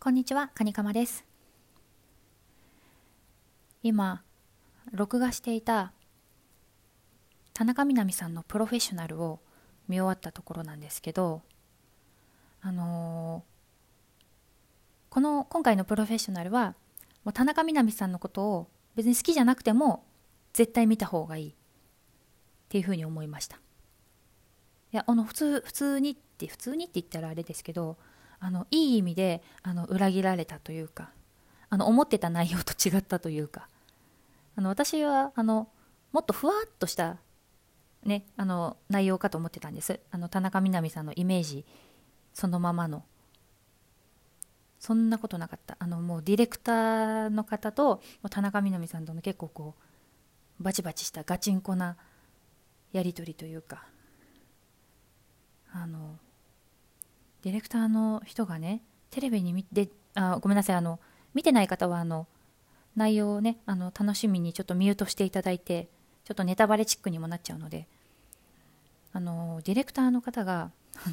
こんにちは、カニカマです。今、録画していた田中みな実さんのプロフェッショナルを見終わったところなんですけど、今回のプロフェッショナルは、もう田中みな実さんのことを別に好きじゃなくても絶対見た方がいいっていうふうに思いました。いや、普通にって言ったらあれですけど、いい意味で裏切られたというか、思ってた内容と違ったというか、私はもっとふわっとしたね内容かと思ってたんです。田中みな実さんのイメージそのままの。そんなことなかった。もうディレクターの方と田中みな実さんとの結構こうバチバチしたガチンコなやり取りというか、ディレクターの人がねテレビにごめんなさい、見てない方は内容をね楽しみにちょっとミュートしていただいて、ちょっとネタバレチックにもなっちゃうので、ディレクターの方が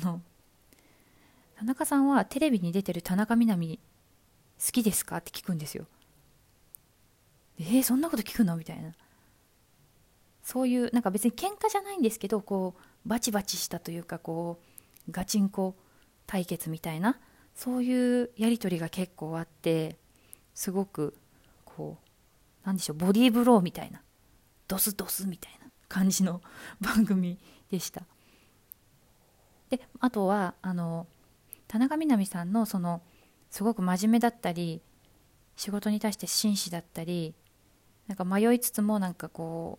田中さんはテレビに出てる田中みな実好きですかって聞くんですよ。そんなこと聞くのみたいな。そういうなんか別に喧嘩じゃないんですけど、こうバチバチしたというか、こうガチンコ対決みたいな、そういうやり取りが結構あって、すごくこうなんでしょう、ボディーブローみたいな、ドスドスみたいな感じの番組でした。で、あとは田中みな実さんのすごく真面目だったり、仕事に対して真摯だったり、なんか迷いつつもなんかこ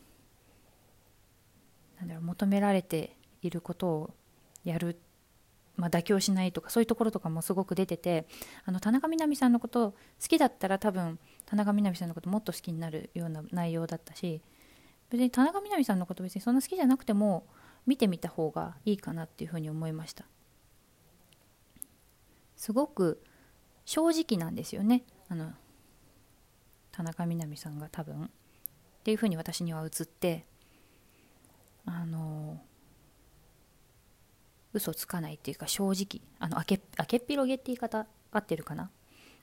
うなんだろう、求められていることをやる、妥協しないとか、そういうところとかもすごく出てて、田中みな実さんのこと好きだったら多分田中みな実さんのこともっと好きになるような内容だったし、別に田中みな実さんのこと別にそんな好きじゃなくても見てみた方がいいかなっていうふうに思いました。すごく正直なんですよね、田中みな実さんが多分っていうふうに私には映って、嘘つかないっていうか正直、明けっぴろげって言い方合ってるかな。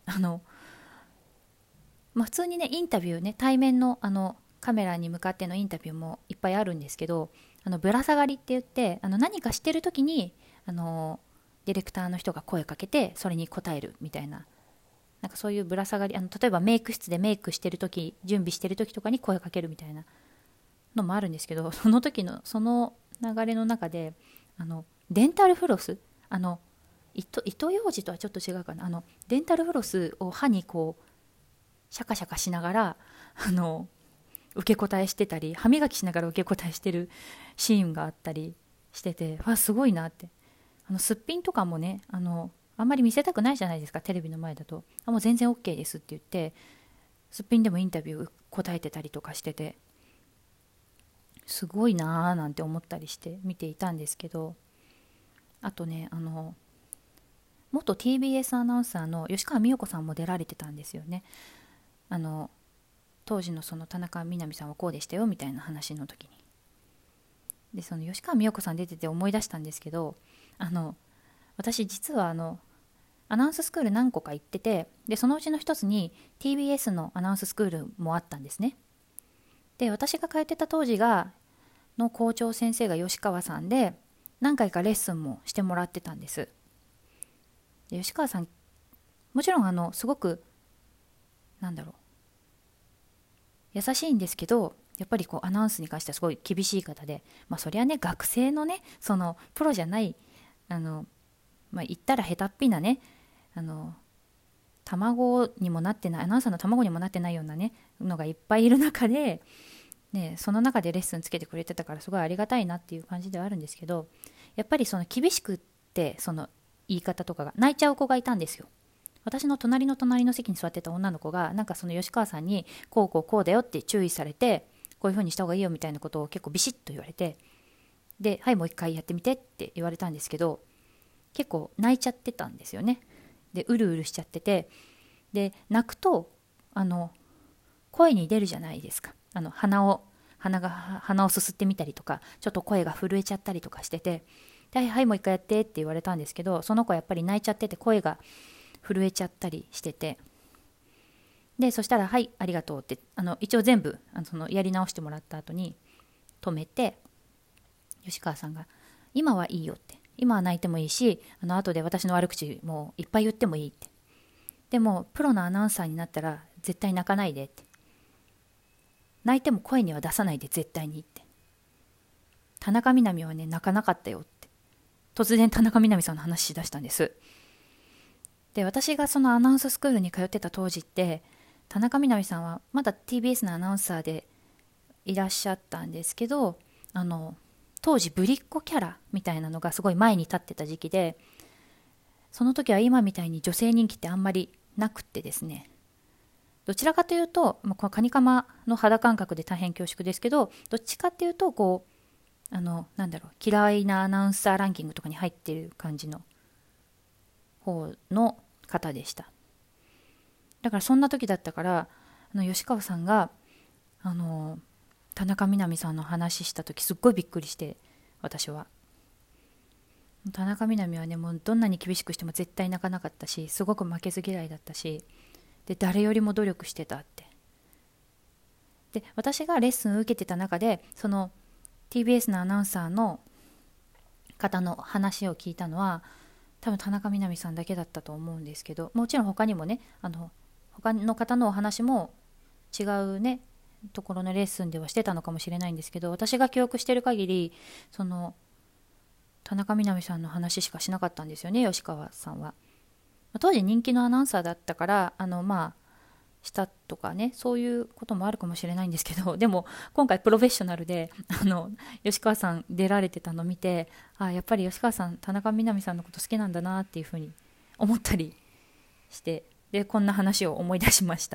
普通にねインタビューね、対面のカメラに向かってのインタビューもいっぱいあるんですけど、ぶら下がりって言って、何かしてる時にディレクターの人が声かけてそれに答えるみたいな、なんかそういうぶら下がり、例えばメイク室でメイクしてる時、準備してる時とかに声かけるみたいなのもあるんですけど、その時のその流れの中でデンタルフロス、糸ようじとはちょっと違うかな、デンタルフロスを歯にこうシャカシャカしながら受け答えしてたり、歯磨きしながら受け答えしてるシーンがあったりしてて、すごいなって。すっぴんとかもね、あんまり見せたくないじゃないですか、テレビの前だと。もう全然 OK ですって言って、すっぴんでもインタビュー答えてたりとかしてて、すごいなーなんて思ったりして見ていたんですけど、あとね、元 TBS アナウンサーの吉川美代子さんも出られてたんですよね。当時のその田中みな実さんはこうでしたよみたいな話の時に。で、その吉川美代子さん出てて思い出したんですけど、私実はアナウンススクール何個か行ってて、でそのうちの一つに TBS のアナウンススクールもあったんですね。で、私が通ってた当時の校長先生が吉川さんで、何回かレッスンもしてもらってたんです。で、吉川さんもちろんすごくなんだろう、優しいんですけど、やっぱりこうアナウンスに関してはすごい厳しい方で、そりゃね、学生のね、そのプロじゃない言ったら下手っぴなね、卵にもなってない、アナウンサーの卵にもなってないようなねのがいっぱいいる中で、その中でレッスンつけてくれてたからすごいありがたいなっていう感じではあるんですけど、やっぱりその厳しくって、その言い方とかが泣いちゃう子がいたんですよ。私の隣の席に座ってた女の子が、なんかその吉川さんにこうこうこうだよって注意されて、こういう風にした方がいいよみたいなことを結構ビシッと言われて、で、はい、もう一回やってみてって言われたんですけど、結構泣いちゃってたんですよね。で、うるうるしちゃってて、で、泣くと声に出るじゃないですか。鼻をすすってみたりとか、ちょっと声が震えちゃったりとかしてて、で、はい、はい、もう一回やってって言われたんですけど、その子はやっぱり泣いちゃってて声が震えちゃったりしてて、でそしたらはいありがとうって一応全部そのやり直してもらった後に止めて、吉川さんが今はいいよって、今は泣いてもいいし後で私の悪口もいっぱい言ってもいいって、でもプロのアナウンサーになったら絶対泣かないでって、泣いても声には出さないで絶対にって、田中みな実はね泣かなかったよって突然田中みな実さんの話しだしたんです。で私がそのアナウンススクールに通ってた当時って田中みな実さんはまだ TBS のアナウンサーでいらっしゃったんですけど、当時ぶりっ子キャラみたいなのがすごい前に立ってた時期で、その時は今みたいに女性人気ってあんまりなくってですね、どちらかというと、このカニカマの肌感覚で大変恐縮ですけど、どっちかっていうとこう嫌いなアナウンサーランキングとかに入ってる感じの方の方でした。だからそんな時だったから吉川さんが田中みな実さんの話した時すっごいびっくりして、私は田中みな実はねもうどんなに厳しくしても絶対泣かなかったし、すごく負けず嫌いだったし、で誰よりも努力してたって。で私がレッスンを受けてた中でその TBS のアナウンサーの方の話を聞いたのは多分田中みな実さんだけだったと思うんですけど、もちろん他にもね他の方のお話も違うねところのレッスンではしてたのかもしれないんですけど、私が記憶してる限りその田中みな実さんの話しかしなかったんですよね、吉川さんは。当時人気のアナウンサーだったからしたとかね、そういうこともあるかもしれないんですけど、でも今回プロフェッショナルで吉川さん出られてたのを見て、やっぱり吉川さん田中みな実さんのこと好きなんだなっていうふうに思ったりして、でこんな話を思い出しました。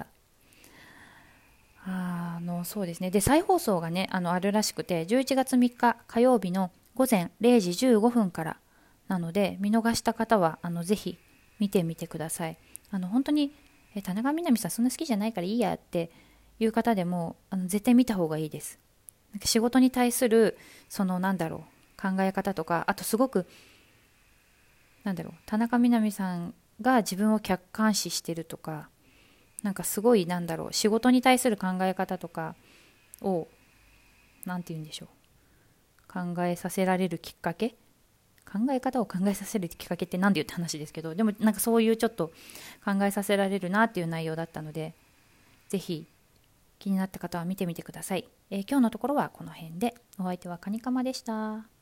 そうですね。で再放送がねあるらしくて、11月3日火曜日の午前0時15分からなので、見逃した方はぜひ見てみてください。本当に田中みな実さんそんな好きじゃないからいいやっていう方でも絶対見た方がいいです。なんか仕事に対するその考え方とか、あとすごく田中みな実さんが自分を客観視してるとか、なんかすごい仕事に対する考え方とかをなんて言うんでしょう、考えさせられるきっかけ、考え方を考えさせるきっかけって何で言って話ですけど、でもなんかそういうちょっと考えさせられるなっていう内容だったので、ぜひ気になった方は見てみてください。今日のところはこの辺で。お相手はカニカマでした。